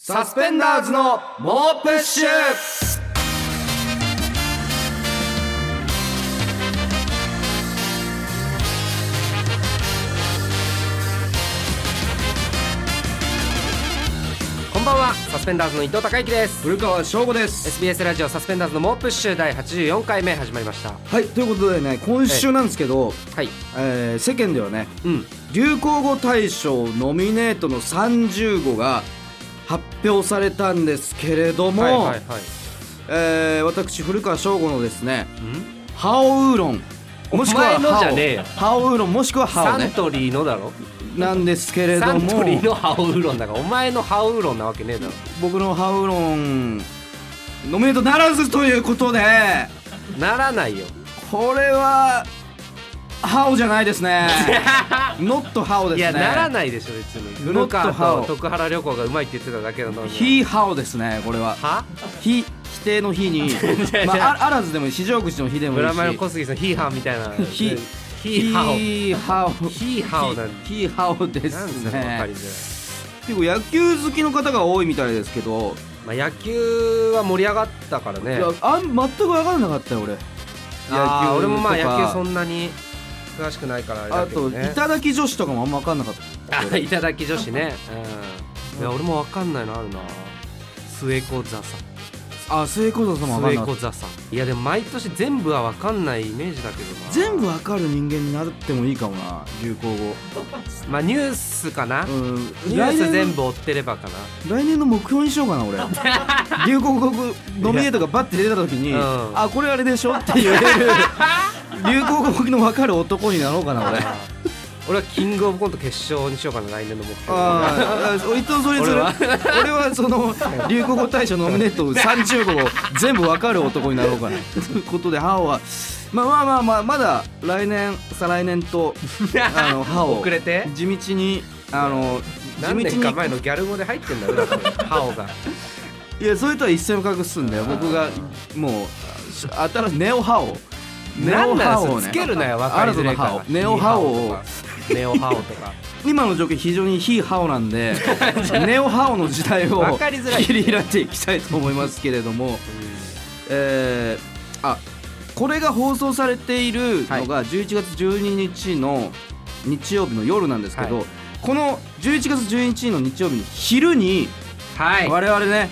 サスペンダーズの猛プッシュ。こんばんは、サスペンダーズの伊藤孝之です。 古川翔吾です。 SBS ラジオサスペンダーズの猛プッシュ第84回目始まりました。 はい、ということでね、今週なんですけど、 はい、 世間ではね、流行語大賞ノミネートの30語が発表されたんですけれども、私古川翔吾のですね、ハオウーロンもしくはハオウーロンもしくはハオね、 サントリーのだろなんですけれども、 サントリーのハオウーロンだから、お前のハオウーロンなわけねえだろ。 僕のハオウーロンノミネートならずということで、 ならないよ。 これはハオじゃないですねノットハオですね。 いや、ならないでしょ別に。古川と徳原旅行がうまいって言ってただけなのに。 ヒーハオですね、これは。否定の日にあらずでもいい、四条口の日でもいいし、 ブラマヨ小杉さんヒーハーみたいなヒーハオヒーハオなんてヒーハオですね。結構野球好きの方が多いみたいですけど、 野球は盛り上がったからね。 いや全く分からなかったよ俺。 俺も野球そんなに詳しくないからあれだけどね。 あと頂き女子とかもあんま分かんなかった。 頂き女子ね、いや俺も分かんないのあるな。末子座さん。 末子座さんも分かんなかった。 末子座さん。いやでも毎年全部は分かんないイメージだけどな。 全部分かる人間になってもいいかもな、流行語。 ニュースかな、ニュース全部追ってればかな。 来年の目標にしようかな俺流行語ノミネートがバッて出た時に、これあれでしょって言える流行語の分かる男になろうかな俺はキングオブコント決勝にしようかな、来年の目標。 伊藤それ俺はその流行語大賞ノミネート30語を全部分かる男になろうかなということで、ハオはまだ来年再来年とハオ遅れて地道に何年か前のギャル語で入ってんだよだってハオが。 いや、それとは一線を画すんだよ。僕がもう新しいネオハオ、 ネオハオね、つけるなよ、分かりづらいから。 ネオハオをネオハオとか今の状況非常に非ハオなんでネオハオの時代を切り開いていきたいと思いますけれども、これが放送されているのが11月12日の日曜日の夜なんですけど、この11月12日の日曜日の昼に、我々ね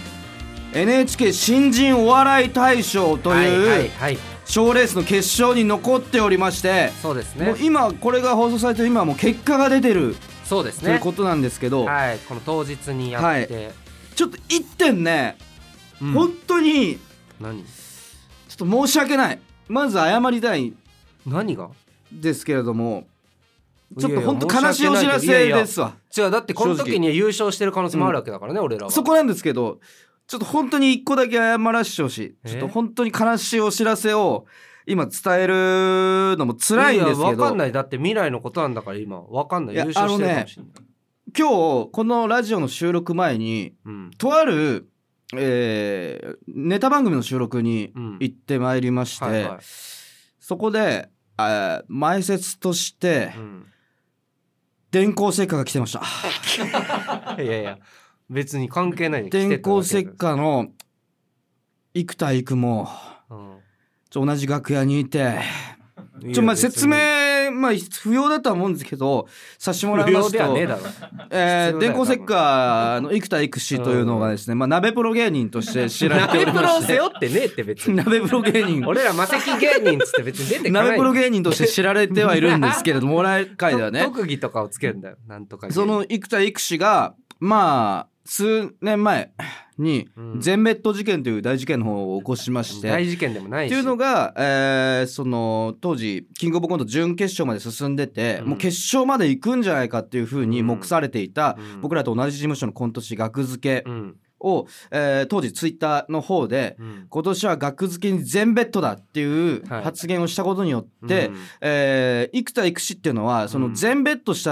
NHK 新人お笑い大賞という賞レースの決勝に残っておりまして、 そうですね、 もう今これが放送されてる今はもう結果が出てる、 そうですね、 ということなんですけど、 この当日にやって、 ちょっと1点ね、本当にちょっと申し訳ない、まず謝りたい何がですけれども、ちょっと本当悲しいお知らせですわ。 違う、だってこの時に優勝してる可能性もあるわけだからね、俺らは。 そこなんですけど、ちょっと本当に一個だけ謝らせてほしい。ちょっと本当に悲しいお知らせを今伝えるのも辛いんですけど。 分かんない、だって未来のことなんだから。今分かんない、優勝してるかもしれない。 今日このラジオの収録前に、とある、ネタ番組の収録に行ってまいりまして、そこで前説として、電光石火が来てましたいやいや別に関係ないね。 電光石火の生田育も、同じ楽屋にいて、説明、不要だとは思うんですけどさせてもらいますと、電光石火の生田育氏というのがですね、鍋プロ芸人として知られておりまして、 鍋プロ背負ってねえって別に鍋プロ芸人俺ら魔石芸人っつって別に出てこない。 鍋プロ芸人として知られてはいるんですけれども、お笑い界ではね特技とかをつけるんだよ、なんとか。 その生田育氏が数年前に全メット事件という大事件の方を起こしまして、 大事件でもないしっていうのが、その当時キングオブコント準決勝まで進んでて、もう決勝まで行くんじゃないかっていう風に目されていた、僕らと同じ事務所のコント師額付けを、当時ツイッターの方で、今年は額付けに全ベッドだっていう発言をしたことによって、生田育氏っていうのはその全ベッドした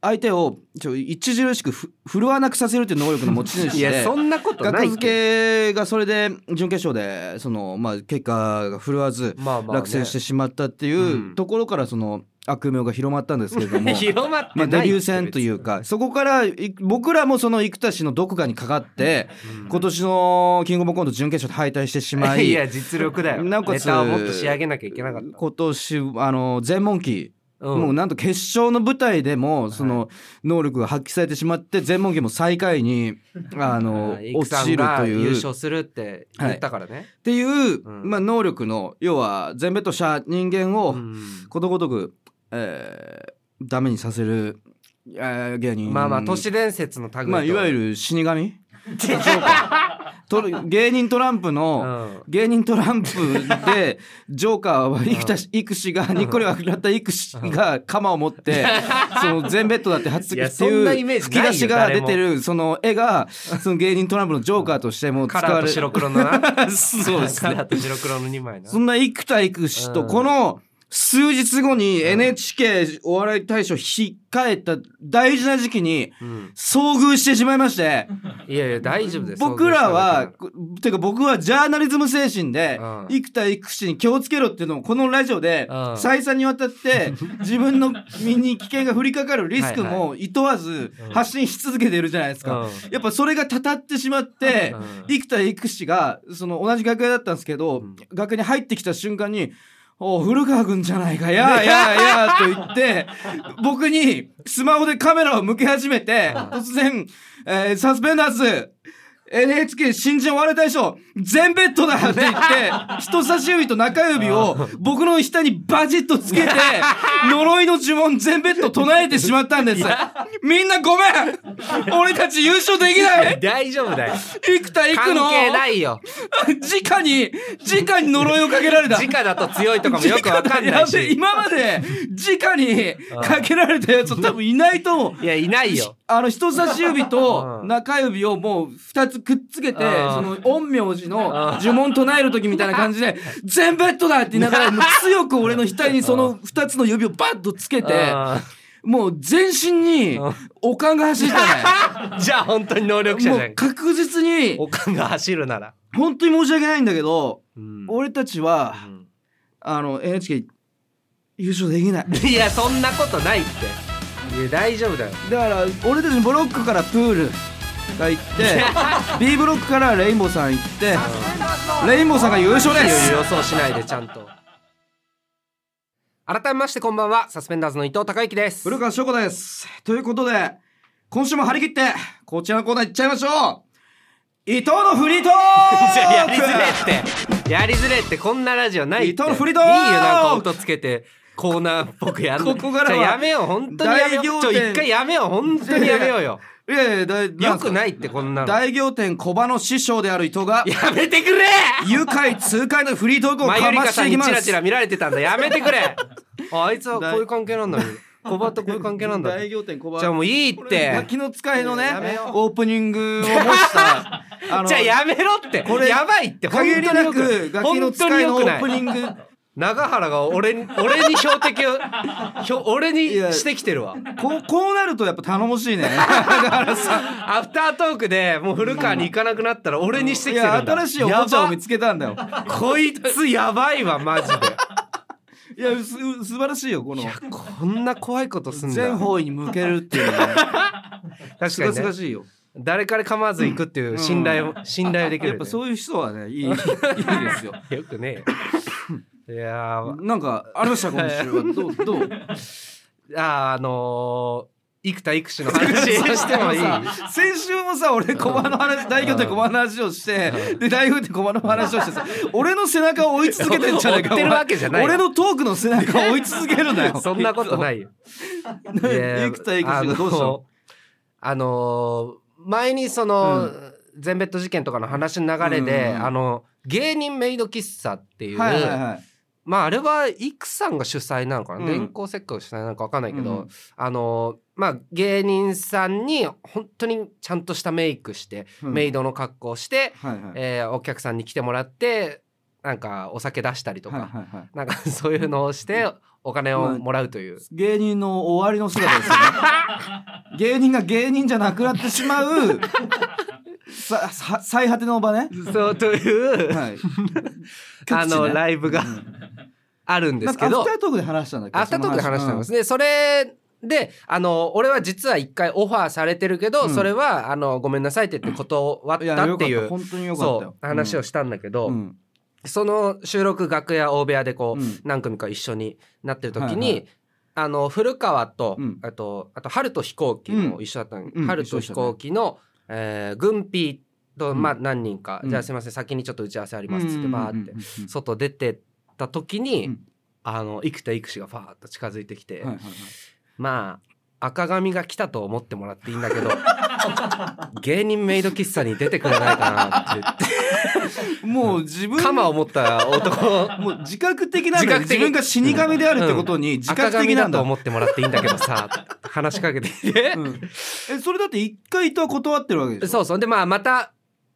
相手を著しく振るわなくさせるっていう能力の持ち主でいやそんなことない格付けがそれで準決勝で結果が振るわず落選してしまったっていうところからその悪名が広まったんですけれども広まってないデビュー戦というかそこから僕らもその生田氏のどこかにかかって、今年のキングオブコント準決勝で敗退してしまいいや実力だよ。 なおかつネタをもっと仕上げなきゃいけなかった。 今年全問記もうなんと決勝の舞台でもその能力が発揮されてしまって全問記も最下位に落ちるという優勝するって言ったからね、 っていう、能力の要は全ベッドした人間をことごとくダメにさせる芸人都市伝説の類と、 いわゆる死神芸人トランプの、芸人トランプでジョーカーは生田氏がにっこり笑った生田が鎌を持ってその全ベッドだって初っていう吹き出しが出てるその絵がその芸人トランプのジョーカーとしても使われる。 カラーと白黒のなそうですカラーと白黒の2枚な。 そんな生田氏とこの数日後に NHK お笑い大賞控えた大事な時期に遭遇してしまいまして、 いやいや大丈夫です。 僕らはてか僕はジャーナリズム精神で生田氏に気をつけろっていうのをこのラジオで再三にわたって自分の身に危険が降りかかるリスクも厭わず発信し続けているじゃないですか。やっぱそれがたたってしまって生田氏がその同じ楽屋だったんですけど、楽屋に入ってきた瞬間に古川くんじゃないかやと言って僕にスマホでカメラを向け始めて突然、サスペンダーズNHK 新人お笑い大賞全ベッドだって言って人差し指と中指を僕の下にバチッとつけて呪いの呪文全ベッド唱えてしまったんです。みんなごめん、俺たち優勝できない。 大丈夫だよ。 生田行くの関係ないよ。 直に呪いをかけられた。 直だと強いとかもよくわかんないし今まで直にかけられたやつ多分いないと思う。 いやいないよ。 人差し指と中指をもう2つくっつけてその陰陽師の呪文唱える時みたいな感じで全ベッドだって言いながら強く俺の額にその2つの指をバッとつけてもう全身におかんが走ったね。じゃあ本当に能力者じゃん。 もう確実におかんが走るなら本当に申し訳ないんだけど、俺たちは、NHK 優勝できない。 いやそんなことないって。いや大丈夫だよ。 だから俺たちのブロックからプールが行ってB ブロックからレインボーさん行ってレインボーさんが優勝です。 予想しないでちゃんと。改めましてこんばんは、サスペンダーズの伊藤孝之です。 古川翔子です。ということで今週も張り切ってこちらのコーナー行っちゃいましょう。伊藤のフリートークやりづれってこんなラジオないって。伊藤のフリートークいいよなんか音つけてコーナーっぽくやんの。 ここからはやめよう本当にやめよう。一回やめよう本当にやめようよ。 いやよくないってこんなの。 大仰天小場の師匠である伊藤がやめてくれ。 愉快痛快のフリートークをかましていきます。 マユリカさんにチラチラ見られてたんだ。やめてくれ。あいつはこういう関係なんだよ。小場とこういう関係なんだ。 大仰天小場。 じゃあもういいって。 ガキの使いのねオープニングを模したじゃあやめろって。これやばいって。 限りなくガキの使いのオープニング。 長原が俺に標的を俺にしてきてるわ。 こうなるとやっぱ頼もしいね。だからさアフタートークでもう古川に行かなくなったら俺にしてきてるんだ。 新しいおもちゃを見つけたんだよ。 こいつやばいわマジで。 いや素晴らしいよこの。 こんな怖いことすんだ。 全方位に向けるっていうのは、ね、 確かに、ね、 すがしいよ。 誰から構わず行くっていう信頼できる、ね。 やっぱそういう人はねいいですよ。 よくねいやなんかありました今週はどう生田育種の話してもいい。 先週もさ俺小場の話大仰天小場の話をしてで大仰天小場の話をしてさ俺の背中を追い続けてんじゃないか。 追ってるわけじゃない。 俺のトークの背中を追い続けるんだよ。 そんなことないよ。 生田育種がどうしたの。前にその、全ベッド事件とかの話の流れで、芸人メイド喫茶っていう、まああれはイクさんが主催なのかな、電光石火が主催なのか分かんないけど、まあ芸人さんに本当にちゃんとしたメイクして、メイドの格好をして、お客さんに来てもらってなんかお酒出したりとか、なんかそういうのをしてお金をもらうという、 芸人の終わりの姿ですよね芸人が芸人じゃなくなってしまう最果ての場ね。 そうという、 はいライブがあるんですけど、 アフタートークで話したんだっけ。 アフタートークで話したんですね。それで俺は実は一回オファーされてるけど、それはごめんなさいって言って断ったっていう本当によかったよ、 話をしたんだけど、その収録楽屋大部屋でこう、何組か一緒になってる時に、古川と、あと春と飛行機も一緒だったの、春と飛行機の、軍ピーと、何人か、じゃあすいません先にちょっと打ち合わせありますってバーって外出てった時に、生田育志がファーッと近づいてきて、まあ赤髪が来たと思ってもらっていいんだけど芸人メイド喫茶に出てくれないかなって言ってもう自分鎌を持った男もう自覚的なんだ、自分が死神であるってことに自覚的なんだ、 赤髪だと思ってもらっていいんだけどさ話しかけていて、 それだって一回とは断ってるわけでしょ。 そうでまた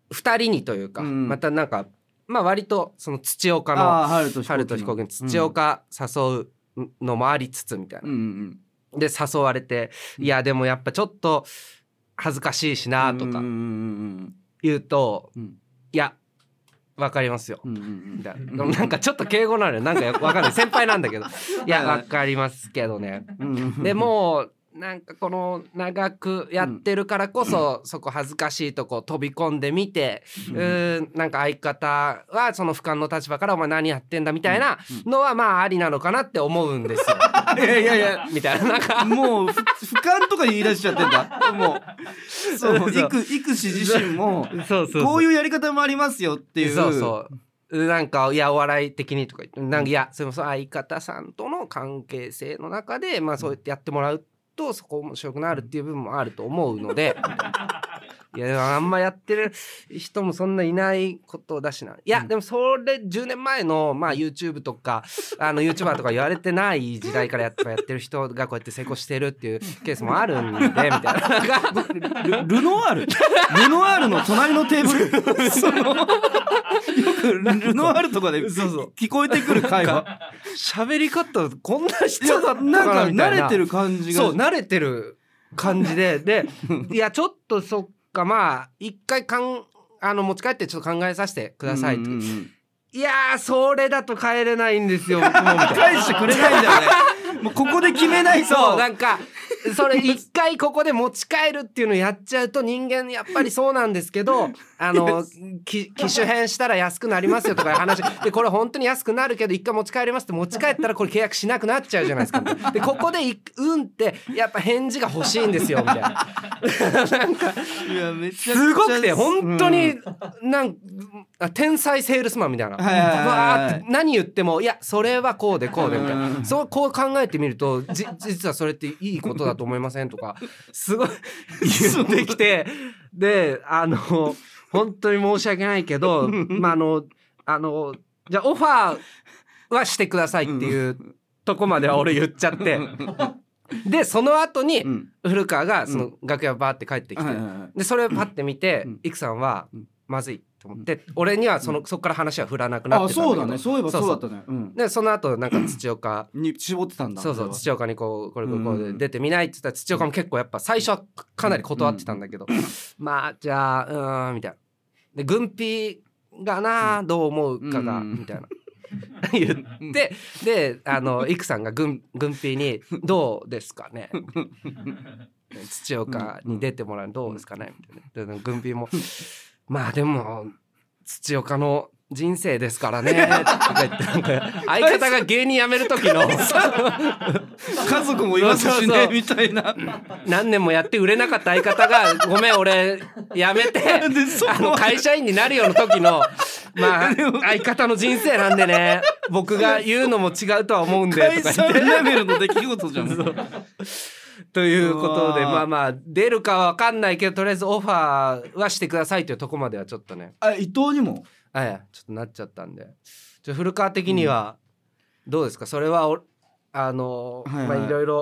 2人にというか、またなんか割とその土岡の春と飛行機の土岡誘うのもありつつみたいな、で誘われて、いやでもやっぱちょっと恥ずかしいしなとか言うと、いやわかりますよ、みたいな、なんかちょっと敬語なのよ、なんかわかんない先輩なんだけどいやわかりますけどね、でもなんかこの長くやってるからこそ、そこ恥ずかしいとこ飛び込んでみて、なんか相方はその俯瞰の立場からお前何やってんだみたいなのはまあありなのかなって思うんですよいやみたいな、なんかもう俯瞰とか言い出しちゃってんだもうそう育志自身もこういうやり方もありますよっていう、 なんかいやお笑い的にとか言って、なんかいやその相方さんとの関係性の中でそうやってやってもらうとそこ面白くなるっていう部分もあると思うのでいやあんまやってる人もそんないないことだしな、いやでもそれ10年前のYouTube とかYouTuber とか言われてない時代からやってる人がこうやって成功してるっていうケースもあるんでみたいなルノワールの隣のテーブルよくルノワールとかで聞こえてくる会話喋り方こんな人だったかなみたいな、 なんか慣れてる感じが、 そう慣れてる感じでいやちょっとそっか一回持ち帰ってちょっと考えさせてくださいって、いやーそれだと帰れないんですよ僕もみたいな返してくれないんだよねもうここで決めないと、 そうなんかそれ一回ここで持ち帰るっていうのやっちゃうと人間やっぱりそうなんですけど機種変したら安くなりますよとかいう話で、これ本当に安くなるけど一回持ち帰りますって持ち帰ったらこれ契約しなくなっちゃうじゃないですかでここでってやっぱ返事が欲しいんですよみたいななんかいやめちゃくちゃすごくて本当になんか天才セールスマンみたいな、わーって何言ってもいやそれはこうでこうでみたいな、そうこう考えてみると実はそれっていいことだと思いませんとかすごい言ってきてで本当に申し訳ないけどじゃあオファーはしてくださいっていうとこまでは俺言っちゃってでその後に古川がその楽屋バーって帰ってきて、でそれをパッて見てイクさんはまずいと思って、俺にはそこから話は振らなくなってたんだけど、 そうだね、そういえばそうだったね。 でその後なんか土岡に絞ってたんだ。 そう土岡にこれで出てみないって言ったら土岡も結構やっぱ最初はかなり断ってたんだけど、じゃあみたいなで軍ピがなどう思うかがみたいな言ってでイクさんが軍ピにどうですかね土岡に出てもらうどうですかねみたいな、で軍ピもでも土岡の人生ですからねとか言ってなんか相方が芸人辞める時の家族もいますしねみたいな、 何年もやって売れなかった相方がごめん俺辞めて会社員になるような時の相方の人生なんでね僕が言うのも違うとは思うんでとか言って解散レベルの出来事じゃんということで出るかは分かんないけどとりあえずオファーはしてくださいというとこまではちょっとね伊藤にもちょっとなっちゃったんで古川的にはどうですか、それはいろいろ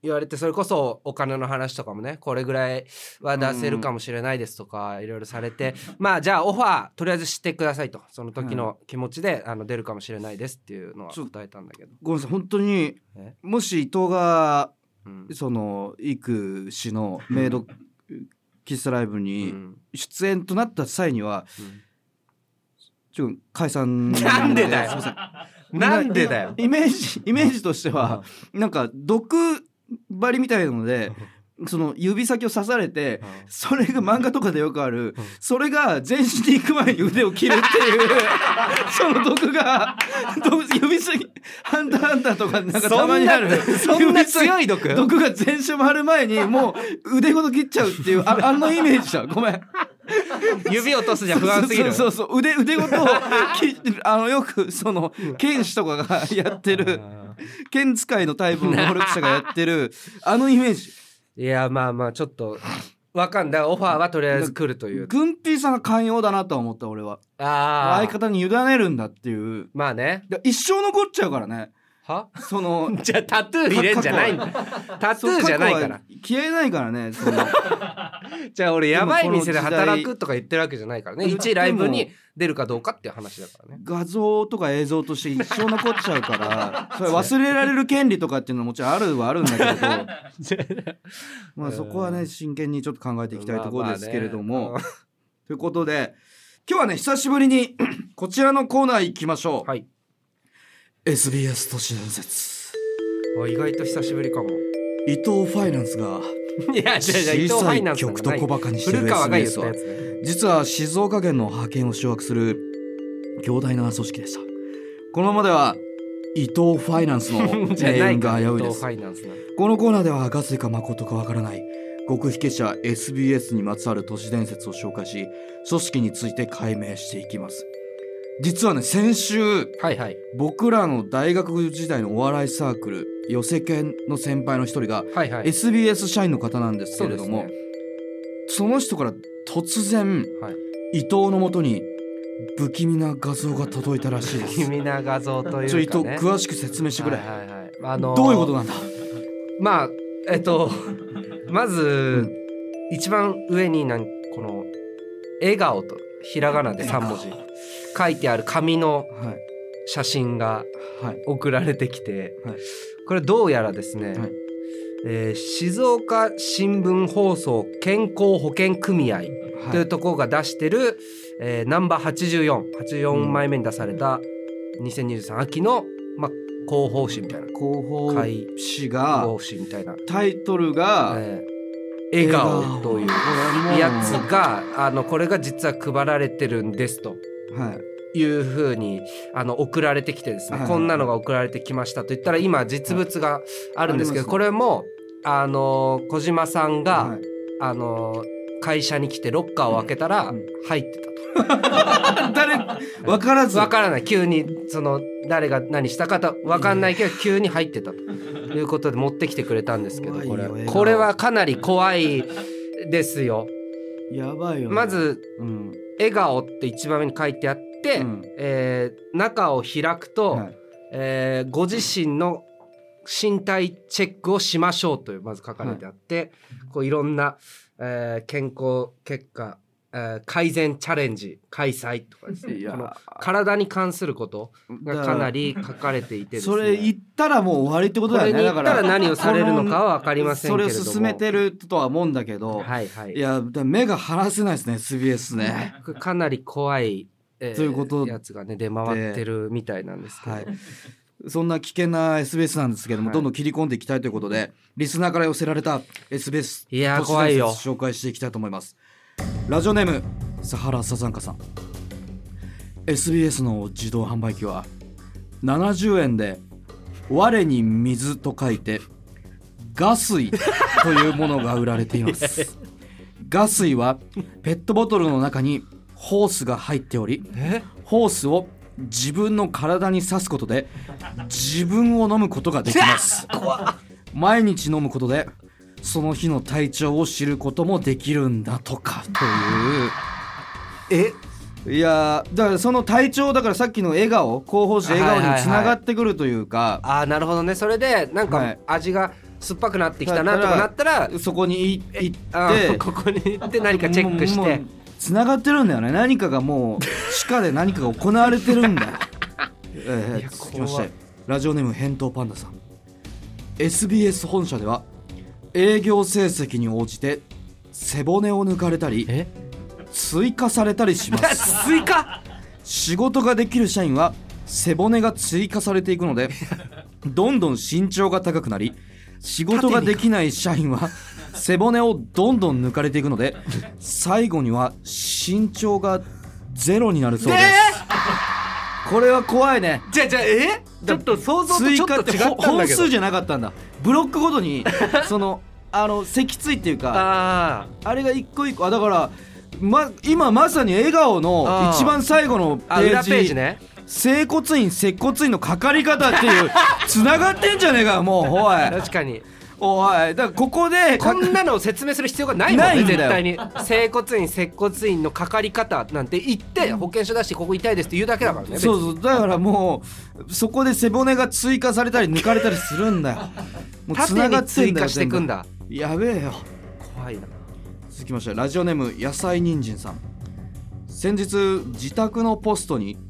言われて、それこそお金の話とかもね、これぐらいは出せるかもしれないですとかいろいろされて、まあじゃあオファーとりあえずしてくださいと、その時の気持ちで出るかもしれないですっていうのは答えたんだけど。 ごめんなさい、本当にもし伊藤が、その育氏のメイド喫茶ライブに出演となった際には、解散なんでだよなんでだよ。 イメージとしてはなんか毒針みたいなのでその指先を刺されて、それが漫画とかでよくある、それが全身に行く前に腕を切るっていうその毒が指先ハンターハンターとかなんかたまにあるそんな強い毒が全身回る前にもう腕ごと切っちゃうっていうあのイメージだ。ごめん、 指落とすじゃ不安すぎる。 そう腕ごとよくその剣士とかがやってる剣使いのタイプの能力者がやってるあのイメージ。 いやまあまあちょっとわかんない。オファーはとりあえず来るという。 グンピーさんが寛容だなと思った俺は。相方に委ねるんだっていう。 まあね、 一生残っちゃうからね。 はそのじゃあタトゥー入れんじゃないんだ。タトゥーじゃないから消えないからね。そのじゃあ俺やばい店で働くとか言ってるわけじゃないからね。1ライブに出るかどうかっていう話だからね。 画像とか映像として一生残っちゃうからそれ忘れられる権利とかっていうのももちろんあるんだけどまあそこはね真剣にちょっと考えていきたいところですけれども、ということで今日はね久しぶりにこちらのコーナー行きましょう。 はい、 SBS 都市伝説。 意外と久しぶりかも。 伊藤ファイナンスが小さい曲と小バカにしてる SBS は実は静岡県の覇権を掌握する強大な組織でした。このままでは伊藤ファイナンスの命運が危ういです。このコーナーではガセか誠かわからない極秘結社 SBS にまつわる都市伝説を紹介し、組織について解明していきます。実はね先週、僕らの大学時代のお笑いサークル寄せ犬の先輩の一人が、SBS 社員の方なんですけれども、その人から突然、伊藤のもとに不気味な画像が届いたらしいです。 不気味な画像というかね。 伊藤詳しく説明してくれ。どういうことなんだ。 まあまず、一番上にこの笑顔とひらがなで3文字書いてある紙の写真が送られてきて、これどうやらですね、静岡新聞放送健康保険組合というところが出してる、ナンバー84枚目に出された2023秋の、広報誌みたいな、 広報誌がみたいなタイトルが、 笑顔というやつがこれが実は配られてるんですというふうに送られてきてですね、こんなのが送られてきましたと言ったら今実物があるんですけど、これも小島さんが、会社に来てロッカーを開けたら入ってたと。 誰分からない、急にその誰が何したか分かんないけど急に入ってたということで持ってきてくれたんですけど、これはかなり怖いですよ。 やばいよね。 まず、笑顔って一番上に書いてあって、中を開くと、ご自身の身体チェックをしましょうというまず書かれてあって、こういろんな、健康結果、改善チャレンジ開催とかですね、この体に関することがかなり書かれていてですね、 それ言ったらもう終わりってことだよね。 これに言ったら何をされるのかは分かりませんけれども、 それを進めてるとは思うんだけど、いや目が離せないですね SBS ね。 かなり怖い、 ということやつがね出回ってるみたいなんですけど、 そんな危険な SBS なんですけども、どんどん切り込んでいきたいということで、リスナーから寄せられた SBS いや怖いよ紹介していきたいと思います。ラジオネームサハラサザンカさん。 SBS の自動販売機は70円で我に水と書いてガ水というものが売られていますガ水はペットボトルの中にホースが入っており、ホースを自分の体に刺すことで自分を飲むことができます毎日飲むことでその日の体調を知ることもできるんだとかという。いやだからその体調だからさっきの笑顔、広報誌笑顔につながってくるというか、 なるほどね。それでなんか味が酸っぱくなってきたなとかなったらそこに行ってここに行って何かチェックしてつながってるんだよね。何かがもう地下で何かが行われてるんだよ続きましてラジオネーム返答パンダさん。 SBS 本社では営業成績に応じて背骨を抜かれたり追加されたりします追加仕事ができる社員は背骨が追加されていくのでどんどん身長が高くなり、仕事ができない社員は背骨をどんどん抜かれていくので最後には身長がゼロになるそうです、これは怖いね。 じゃちょっと想像とちょっと違ったんだけど本数じゃなかったんだ。ブロックごとにその脊椎っていうかあれが一個一個だから今まさに笑顔の一番最後のページ裏ページね。 整骨院接骨院のかかり方っていう繋がってんじゃねえかもう。おい確かにおいだからここでこんなのを説明する必要がないもんね絶対に。整骨院接骨院のかかり方なんて言って保険証出してここ痛いですって言うだけだからね。 そうだからもうそこで背骨が追加されたり抜かれたりするんだよもう繋がってんだよ。 追加してくんだ。 やべえよ怖いな。 続きましてラジオネーム野菜人参さん。先日自宅のポストに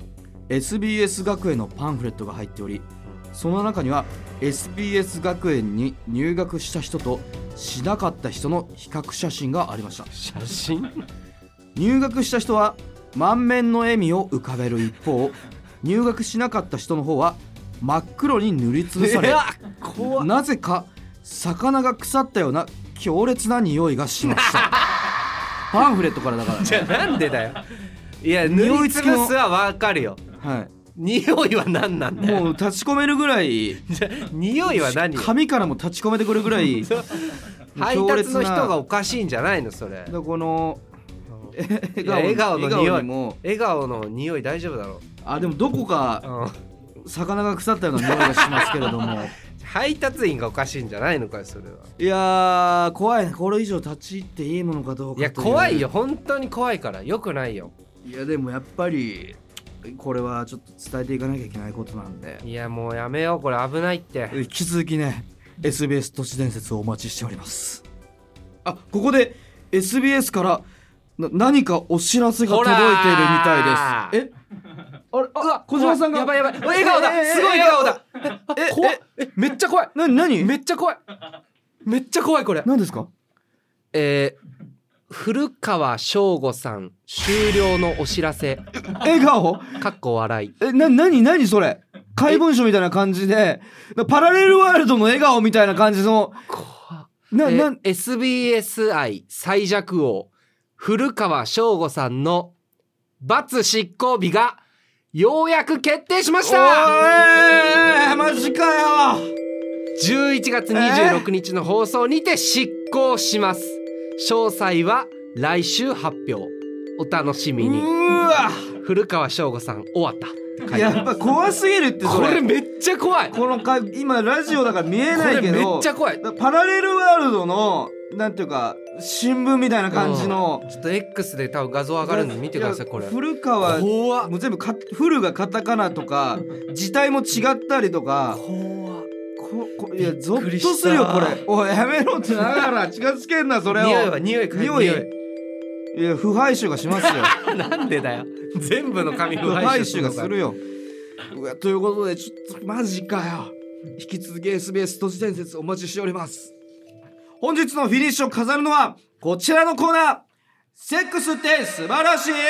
SBS 学園のパンフレットが入っており、その中には SBS 学園に入学した人としなかった人の比較写真がありました。 写真入学した人は満面の笑みを浮かべる一方、入学しなかった人の方は真っ黒に塗りつぶされ、なぜか魚が腐ったような強烈な匂いがしましたパンフレットからだから、ね、 じゃあなんでだよ。いや塗りつぶすは分かるよ。 はい、 匂いは何なんだよ。 もう立ち込めるぐらいじゃ匂いは何？ 髪からも立ち込めてくるぐらい配達の人がおかしいんじゃないのそれ。 この笑顔の匂いも笑顔の匂い大丈夫だろう。 でもどこか魚が腐ったような匂いがしますけれども配達員がおかしいんじゃないのかよそれは。 いや怖いね。これ以上立ち入っていいものかどうか。 いや怖いよ本当に怖いからよくないよ。 いやでもやっぱりこれはちょっと伝えていかなきゃいけないことなんで。 いやもうやめようこれ危ないって。 引き続きね SBS 都市伝説をお待ちしております。ここで SBS から何かお知らせが届いているみたいです。小島さんがやばい笑顔だすごい笑顔だ。怖っめっちゃ怖い。 何めっちゃ怖いめっちゃ怖いこれ。 何ですか？ 古川翔吾さん終了のお知らせ。 笑顔かっこ笑い。 何それ怪文書みたいな感じでパラレルワールドの笑顔みたいな感じの SBS 愛最弱王古川翔吾さんの罰執行日がようやく決定しました。 マジかよ。 11月26日の放送にて執行します。詳細は来週発表お楽しみに。古川翔吾さん終わった。 やっぱ怖すぎるってそれ。 これめっちゃ怖い。 この今ラジオだから見えないけどこれめっちゃ怖い。 パラレルワールドのなんていうか新聞みたいな感じの、 ちょっと X で多分画像上がるんで見てください。これ古川もう全部フルがカタカナとか字体も違ったりとか。いやゾッとするよこれ。おいやめろってながら近づけんなそれを。匂いいや腐敗臭がしますよなんでだよ全部の紙腐敗臭がするよ。ということでちょっとマジかよ。引き続き SBS 都市伝説お待ちしております。本日のフィニッシュを飾るのはこちらのコーナー、セックスって素晴らしい。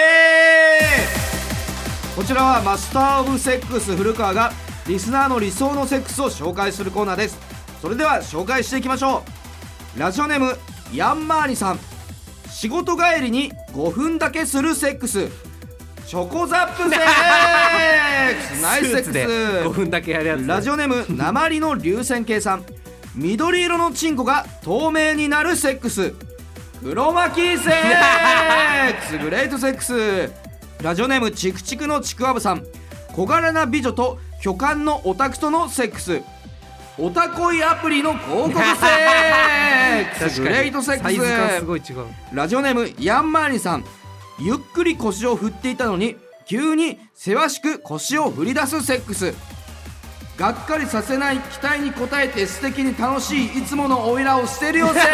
こちらはマスターオブセックス古川がリスナーの理想のセックスを紹介するコーナーです。それでは紹介していきましょう。ラジオネームヤンマーニさん。仕事帰りに5分だけするセックス、チョコザップセックスナイスセックスで 5分だけやるやつ。 ラジオネーム鉛の流線形さん。緑色のチンコが透明になるセックス、黒巻きセックスグレートセックス。ラジオネームチクチクのちくわぶさん。小柄な美女と巨漢のオタクとのセックス、オタ恋アプリの広告セックスグレートセックス。 サイズがすごい違う。 ラジオネームヤンマーニさん。ゆっくり腰を振っていたのに急にせわしく腰を振り出すセックス、 がっかりさせない期待に応えて素敵に楽しいいつものオイラを捨てるよセッ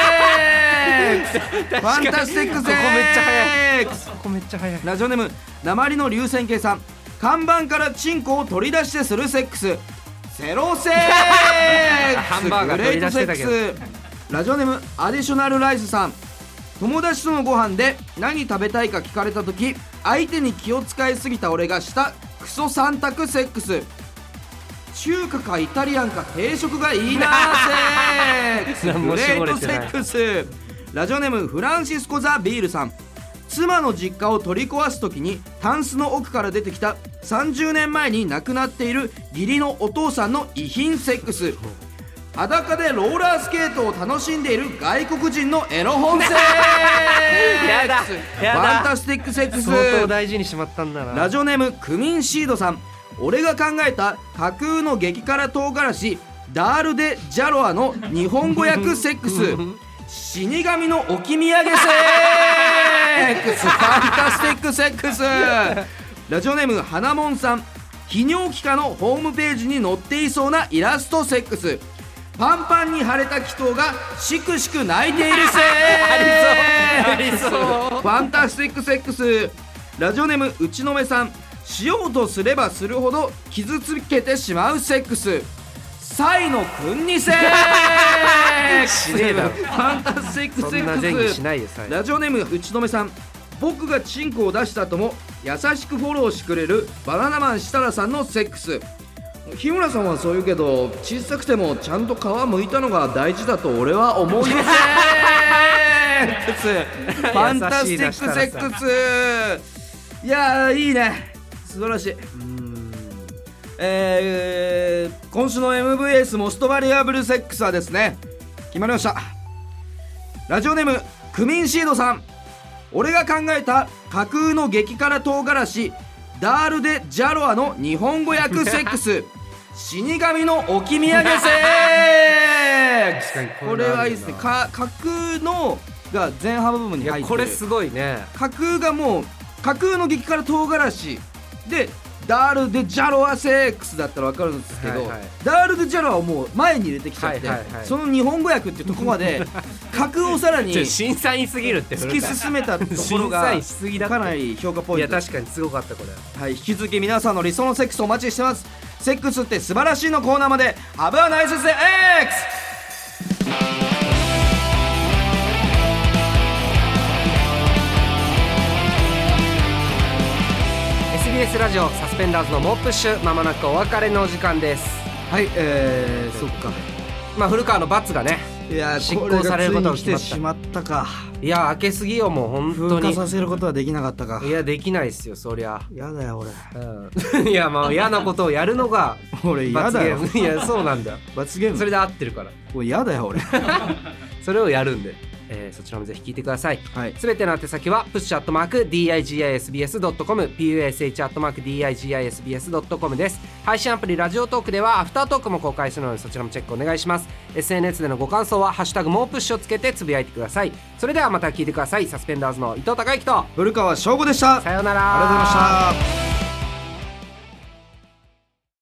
クスファンタスティックセックス。 ここめっちゃ早い。ここめっちゃ早い。 ラジオネーム鉛の流線形さん、看板からチンコを取り出してするセックスセロセックスハンバーガー取り出してたけど。 グレートセックス。ラジオネームアディショナルライスさん、友達とのご飯で何食べたいか聞かれた時相手に気を使いすぎた俺がしたクソ3択セックス。中華かイタリアンか定食がいいなセックスグレートセックス。ラジオネームフランシスコ・ザ・ビールさん、妻の実家を取り壊す時にタンスの奥から出てきた30年前に亡くなっている義理のお父さんの遺品セックス。裸でローラースケートを楽しんでいる外国人のエロ本セックスやだやだファンタスティックセックス。 相当大事にしまったんだな。 ラジオネームクミンシードさん、俺が考えた架空の激辛唐辛子ダール・デ・ジャロアの日本語訳セックス死神の置き土産セックスファンタスティックセックス。ラジオネーム花もんさん、泌尿器科のホームページに載っていそうなイラストセックス。パンパンに腫れた祈祷がしくしく泣いているセックスありそうファンタスティックセックス。ラジオネーム打ちのめさん、しようとすればするほど傷つけてしまうセックスサイの君にセックスしねえだろファンタスティックセそんな前ックス。 儀しないよ最後。 ラジオネーム打ちのめさん、僕がチンコを出した後も優しくフォローしてくれるバナナマン設楽さんのセックス。日村さんはそう言うけど小さくてもちゃんと皮むいたのが大事だと俺は思うよセックスファンタスティックセックス。いやーいいね、素晴らしい。今週の MVS モストバリアブルセックスはですね、決まりました。ラジオネームクミンシードさん、俺が考えた架空の激辛唐辛子ダール・デ・ジャロアの日本語訳セックス死神の置き土産セックスこれはいいですね。架空のが前半部分に入ってる。 いやこれすごいね。 架空がもう架空の激辛唐辛子でダール・デ・ジャロアセックスだったら分かるんですけど、はいはい、ダール・デ・ジャロアをもう前に入れてきちゃって、はいはいはい、その日本語訳っていうところまで架空をさらに審査員すぎるって突き進めたところがかなり評価ポイント。 いや確かにすごかったこれ。 はい、引き続き皆さんの理想のセックスをお待ちしてます。セックスって素晴らしいのコーナーまでハブはナイスセックス。 SBS ラジオサスペンダーズの猛プッシュ、まもなくお別れのお時間です。 はい、そっか。 まあ古川の罰がね、 いや執行されることが決まった。 来てしまったか。 いや開けすぎよもう本当に。 風化させることはできなかったか。 いやできないっすよそりゃ。 やだよ俺。 いやまあ嫌なことをやるのが俺嫌だよ。 いやそうなんだよ。 罰ゲーム。 それで合ってるから。 俺嫌だよ俺。 それをやるんで。そちらもぜひ聞いてください。すべての宛先は push@digisbs.com push@digisbs.com です。配信アプリラジオトークではアフタートークも公開するのでそちらもチェックお願いします。 SNS でのご感想はハッシュタグもうプッシュをつけてつぶやいてください。それではまた聞いてください。サスペンダーズの伊藤孝之と古川翔吾でした。 さようなら。 ありがとうございました。